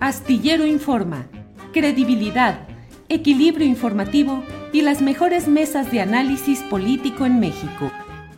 Astillero Informa, credibilidad, equilibrio informativo y las mejores mesas de análisis político en México.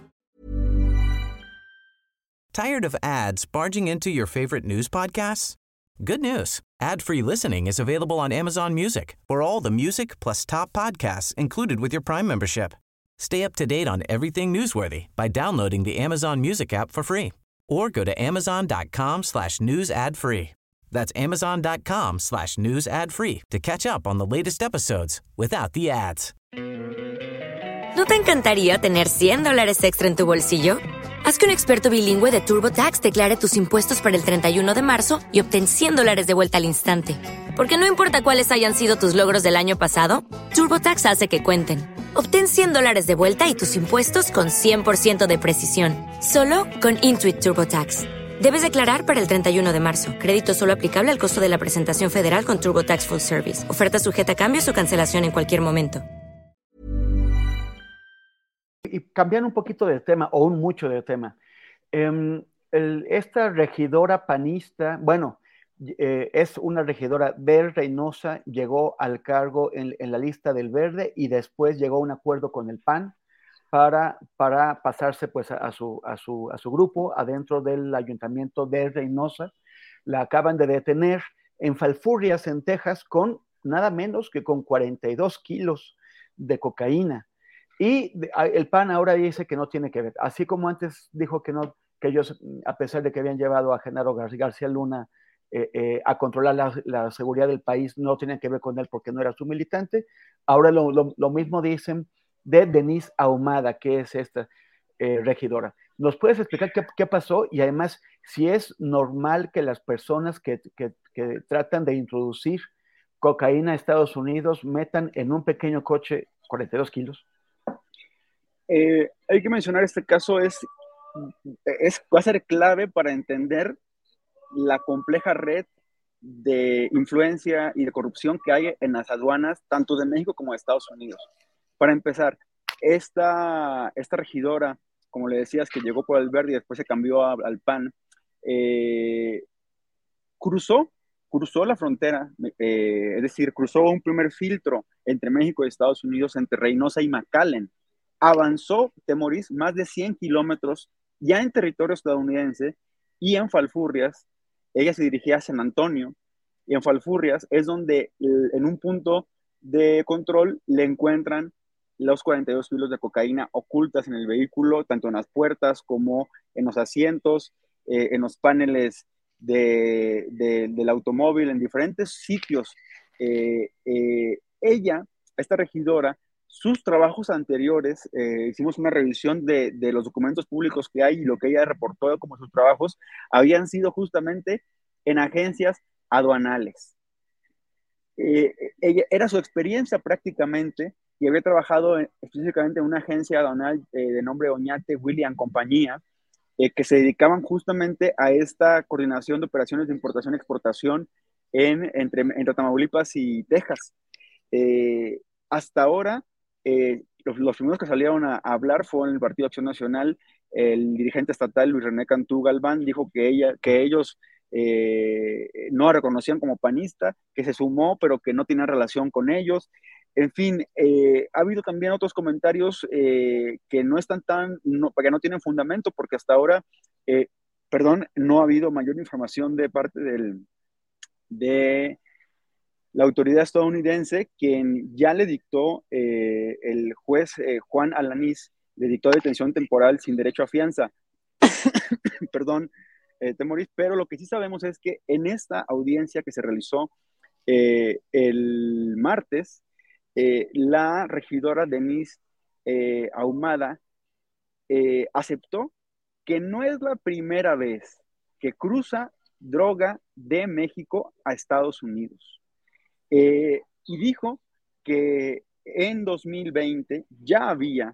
Tired of ads barging into your favorite news podcasts? Good news. Ad-free listening is available on Amazon Music for all the music plus top podcasts included with your Prime membership. Stay up to date on everything newsworthy by downloading the Amazon Music app for free or go to amazon.com/news ad free. That's amazon.com/news ad free to catch up on the latest episodes without the ads. ¿No te encantaría tener $100 extra en tu bolsillo? Haz que un experto bilingüe de TurboTax declare tus impuestos para el 31 de marzo y obtén $100 de vuelta al instante. Porque no importa cuáles hayan sido tus logros del año pasado, TurboTax hace que cuenten. Obtén $100 de vuelta y tus impuestos con 100% de precisión. Solo con Intuit TurboTax. Debes declarar para el 31 de marzo. Crédito solo aplicable al costo de la presentación federal con TurboTax Full Service. Oferta sujeta a cambios o cancelación en cualquier momento. Y cambiando un poquito de tema, o un mucho de tema, esta regidora panista, es una regidora de Reynosa, llegó al cargo en la lista del Verde y después llegó a un acuerdo con el PAN para pasarse pues a su grupo adentro del ayuntamiento de Reynosa. La acaban de detener en Falfurrias, en Texas, con nada menos que con 42 kilos de cocaína. Y el PAN ahora dice que no tiene que ver, así como antes dijo que no, que ellos, a pesar de que habían llevado a Genaro García Luna a controlar la seguridad del país, no tenían que ver con él porque no era su militante. Ahora lo mismo dicen de Denise Ahumada, que es esta regidora. ¿Nos puedes explicar qué pasó? Y además, si es normal que las personas que tratan de introducir cocaína a Estados Unidos metan en un pequeño coche 42 kilos. Hay que mencionar este caso, va a ser clave para entender la compleja red de influencia y de corrupción que hay en las aduanas, tanto de México como de Estados Unidos. Para empezar, esta regidora, como le decías, que llegó por el Verde y después se cambió al PAN, cruzó la frontera, es decir, cruzó un primer filtro entre México y Estados Unidos, entre Reynosa y McAllen. Avanzó, Temoris, más de 100 kilómetros ya en territorio estadounidense, y en Falfurrias, ella se dirigía a San Antonio, y en Falfurrias es donde en un punto de control le encuentran los 42 kilos de cocaína ocultas en el vehículo, tanto en las puertas como en los asientos, en los paneles del automóvil, en diferentes sitios. Esta regidora, sus trabajos anteriores, hicimos una revisión de los documentos públicos que hay, y lo que ella reportó como sus trabajos habían sido justamente en agencias aduanales. Ella, era su experiencia prácticamente, y había trabajado específicamente en una agencia aduanal de nombre Oñate William Compañía, que se dedicaban justamente a esta coordinación de operaciones de importación y exportación entre Tamaulipas y Texas. Hasta ahora, los primeros que salieron a hablar fueron el Partido Acción Nacional. El dirigente estatal Luis René Cantú Galván dijo que ellos no la reconocían como panista, que se sumó, pero que no tenía relación con ellos. En fin, ha habido también otros comentarios que no están que no tienen fundamento, porque hasta ahora, no ha habido mayor información de parte de la autoridad estadounidense, quien ya le dictó, el juez Juan Alanís, le dictó detención temporal sin derecho a fianza. Perdón, Temoris, pero lo que sí sabemos es que en esta audiencia que se realizó el martes, la regidora Denise Ahumada aceptó que no es la primera vez que cruza droga de México a Estados Unidos. Y dijo que en 2020 ya había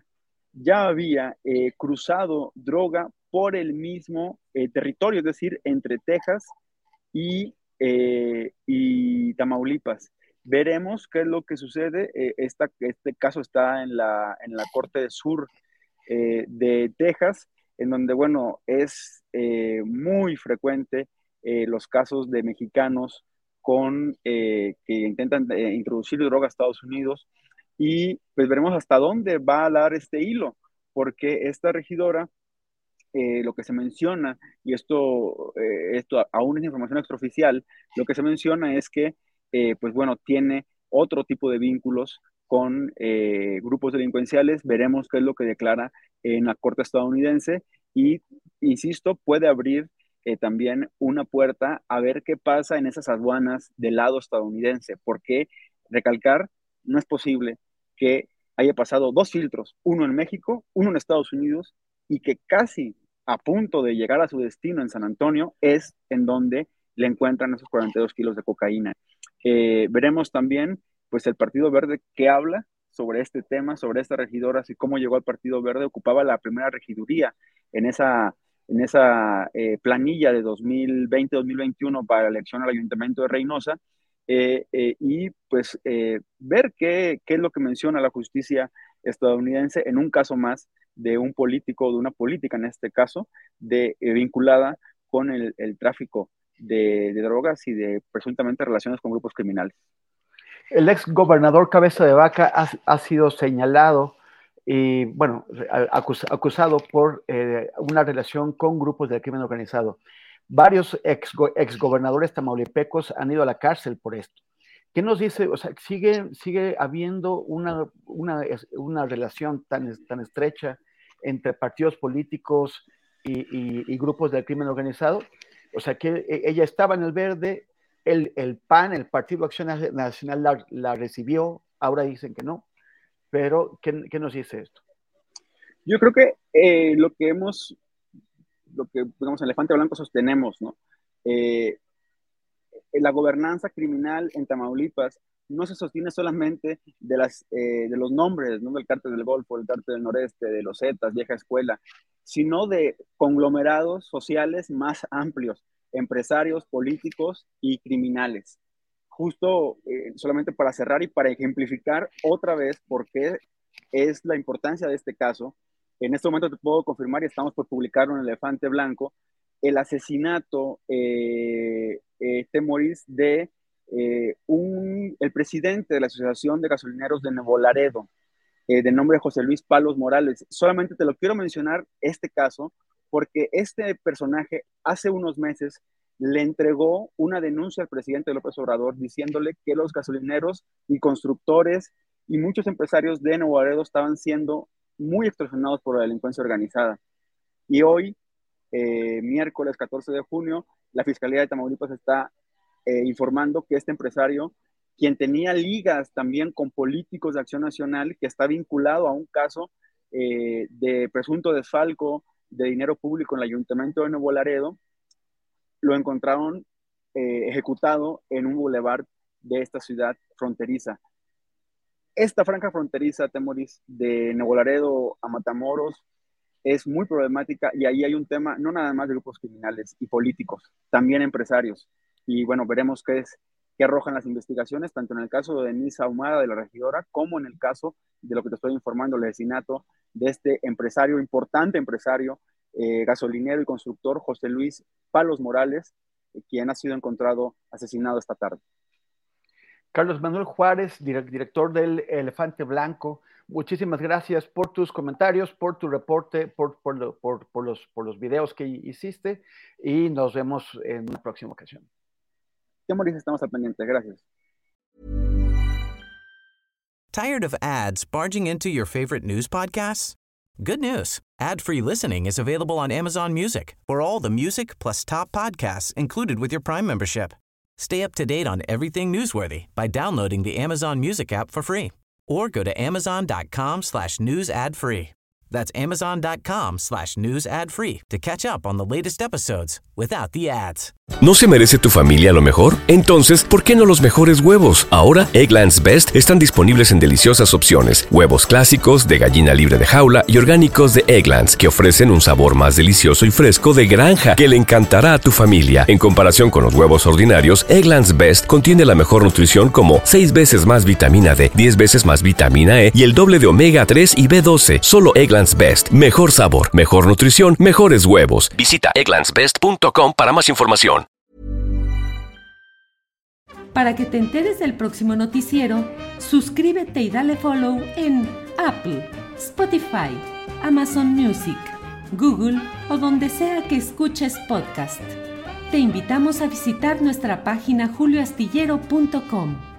cruzado droga por el mismo territorio, es decir, entre Texas y Tamaulipas. Veremos qué es lo que sucede. Este caso está en la Corte Sur de Texas, en donde, es muy frecuente los casos de mexicanos que intentan introducir droga a Estados Unidos, y pues veremos hasta dónde va a dar este hilo, porque esta regidora, lo que se menciona, y esto aún es información extraoficial, lo que se menciona es que, pues bueno, tiene otro tipo de vínculos con grupos delincuenciales. Veremos qué es lo que declara en la corte estadounidense y, insisto, puede abrir también una puerta a ver qué pasa en esas aduanas del lado estadounidense, porque recalcar, no es posible que haya pasado 2 filtros, uno en México, uno en Estados Unidos, y que casi a punto de llegar a su destino en San Antonio es en donde le encuentran esos 42 kilos de cocaína. Veremos también pues el Partido Verde que habla sobre este tema, sobre esta regidora, así cómo llegó al Partido Verde. Ocupaba la primera regiduría en esa planilla de 2020-2021 para la elección al Ayuntamiento de Reynosa, y pues ver qué es lo que menciona la justicia estadounidense en un caso más de un político, de una política en este caso, vinculada con el tráfico de drogas y de presuntamente relaciones con grupos criminales. El ex gobernador Cabeza de Vaca ha sido señalado y, bueno, acusado por una relación con grupos del crimen organizado. Varios ex gobernadores tamaulipecos han ido a la cárcel por esto. ¿Qué nos dice? O sea, sigue habiendo una relación tan estrecha entre partidos políticos y grupos del crimen organizado. O sea, que ella estaba en el Verde, el PAN, el Partido Acción Nacional, la recibió, ahora dicen que no. Pero, ¿qué nos dice esto? Yo creo que lo que digamos, Elefante Blanco sostenemos, ¿no? La gobernanza criminal en Tamaulipas no se sostiene solamente de los nombres, ¿no? Del Cártel del Golfo, del Cártel del Noreste, de los Zetas, Vieja Escuela, sino de conglomerados sociales más amplios, empresarios, políticos y criminales. Justo solamente para cerrar y para ejemplificar otra vez por qué es la importancia de este caso, en este momento te puedo confirmar, y estamos por publicarlo en Elefante Blanco, el asesinato, Temoris, de el presidente de la Asociación de Gasolineros de Nuevo Laredo, de nombre José Luis Palos Morales. Solamente te lo quiero mencionar este caso, porque este personaje hace unos meses le entregó una denuncia al presidente López Obrador diciéndole que los gasolineros y constructores y muchos empresarios de Nuevo Laredo estaban siendo muy extorsionados por la delincuencia organizada. Y hoy, miércoles 14 de junio, la Fiscalía de Tamaulipas está informando que este empresario, quien tenía ligas también con políticos de Acción Nacional, que está vinculado a un caso de presunto desfalco de dinero público en el Ayuntamiento de Nuevo Laredo, lo encontraron ejecutado en un bulevar de esta ciudad fronteriza. Esta franja fronteriza, Temoris, de Nuevo Laredo a Matamoros, es muy problemática, y ahí hay un tema no nada más de grupos criminales y políticos, también empresarios. Y bueno, veremos qué arrojan las investigaciones, tanto en el caso de Denise Ahumada, de la regidora, como en el caso de lo que te estoy informando, el asesinato de este empresario, importante empresario, gasolinero y constructor, José Luis Palos Morales, quien ha sido encontrado asesinado esta tarde. Carlos Manuel Juárez, director del Elefante Blanco, muchísimas gracias por tus comentarios, por tu reporte, por los videos que hiciste, y nos vemos en una próxima ocasión. Temoris, estamos al pendiente. Gracias. Tired of ads barging into your favorite news podcasts? Good news. Ad-free listening is available on Amazon Music for all the music plus top podcasts included with your Prime membership. Stay up to date on everything newsworthy by downloading the Amazon Music app for free or go to amazon.com/news ad free. That's amazon.com/news ad free to catch up on the latest episodes without the ads. ¿No se merece tu familia lo mejor? Entonces, ¿por qué no los mejores huevos? Ahora, Eggland's Best están disponibles en deliciosas opciones. Huevos clásicos, de gallina libre de jaula y orgánicos de Eggland's, que ofrecen un sabor más delicioso y fresco de granja que le encantará a tu familia. En comparación con los huevos ordinarios, Eggland's Best contiene la mejor nutrición, como 6 veces más vitamina D, 10 veces más vitamina E y el doble de omega 3 y B12. Solo Eggland's Best. Mejor sabor, mejor nutrición, mejores huevos. Visita egglandsbest.com para más información. Para que te enteres del próximo noticiero, suscríbete y dale follow en Apple, Spotify, Amazon Music, Google o donde sea que escuches podcast. Te invitamos a visitar nuestra página julioastillero.com.